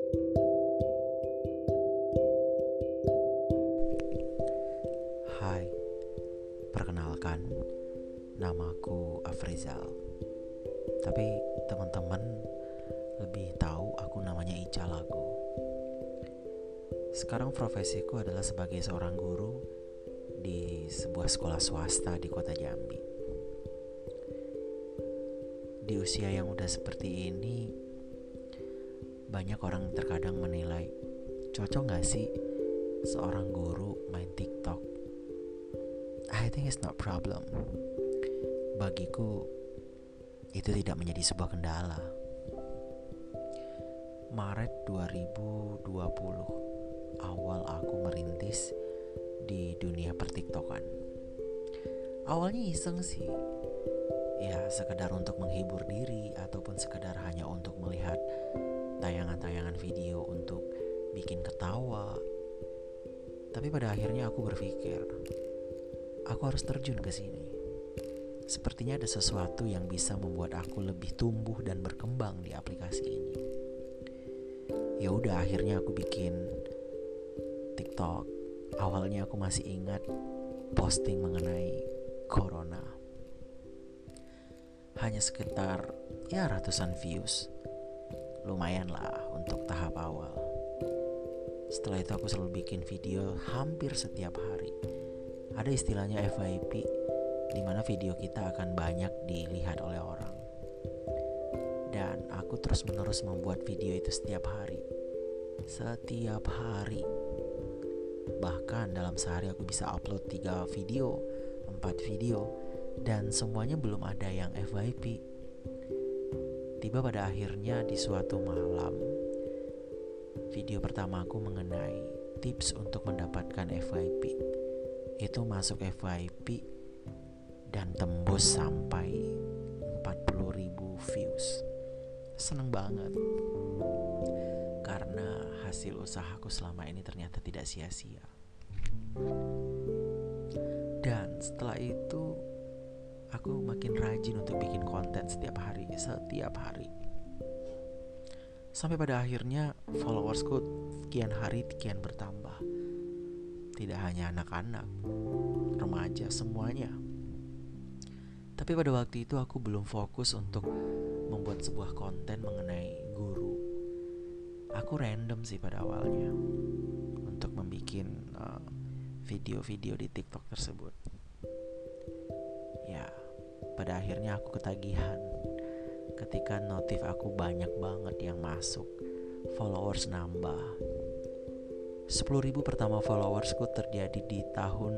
Hai, perkenalkan, namaku Afrizal. Tapi teman-teman lebih tahu aku namanya Ica Lago. Sekarang profesiku adalah sebagai seorang guru di sebuah sekolah swasta di kota Jambi. Di usia yang udah seperti ini, banyak orang terkadang menilai, cocok gak sih seorang guru main TikTok? I think it's not problem. Bagiku itu tidak menjadi sebuah kendala. Maret 2020 awal aku merintis di dunia pertiktokan. Awalnya iseng sih, ya sekedar untuk menghibur diri ataupun sekedar hanya untuk melihat tayangan-tayangan video untuk bikin ketawa. Tapi pada akhirnya aku berpikir, aku harus terjun ke sini. Sepertinya ada sesuatu yang bisa membuat aku lebih tumbuh dan berkembang di aplikasi ini. Ya udah, akhirnya aku bikin TikTok. Awalnya aku masih ingat posting mengenai corona. Hanya sekitar ratusan views. Lumayan lah untuk tahap awal. Setelah itu aku selalu bikin video hampir setiap hari. Ada istilahnya FYP, di mana video kita akan banyak dilihat oleh orang. Dan aku terus-menerus membuat video itu setiap hari. Setiap hari. Bahkan dalam sehari aku bisa upload 3 video, 4 video, dan semuanya belum ada yang FYP. Tiba pada akhirnya di suatu malam, video pertama aku mengenai tips untuk mendapatkan FYP. Itu masuk FYP dan tembus sampai 40.000 views. Seneng banget, karena hasil usahaku selama ini ternyata tidak sia-sia. Dan setelah itu aku makin rajin untuk bikin konten setiap hari. Sampai pada akhirnya followersku kian hari kian bertambah. Tidak hanya anak-anak, remaja, semuanya. Tapi pada waktu itu aku belum fokus untuk membuat sebuah konten mengenai guru. Aku random sih pada awalnya untuk membuat video-video di TikTok tersebut. Ya, pada akhirnya aku ketagihan ketika notif aku banyak banget yang masuk, followers nambah. 10.000 pertama followersku terjadi di tahun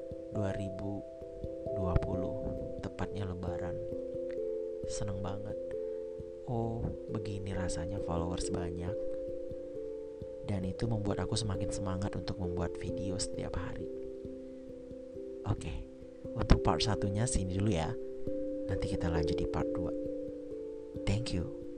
2020, tepatnya lebaran. Seneng banget. Oh, begini rasanya followers banyak. Dan itu membuat aku semakin semangat untuk membuat video setiap hari. Oke, untuk part 1-nya sini dulu ya. Nanti kita lanjut di part 2. Thank you.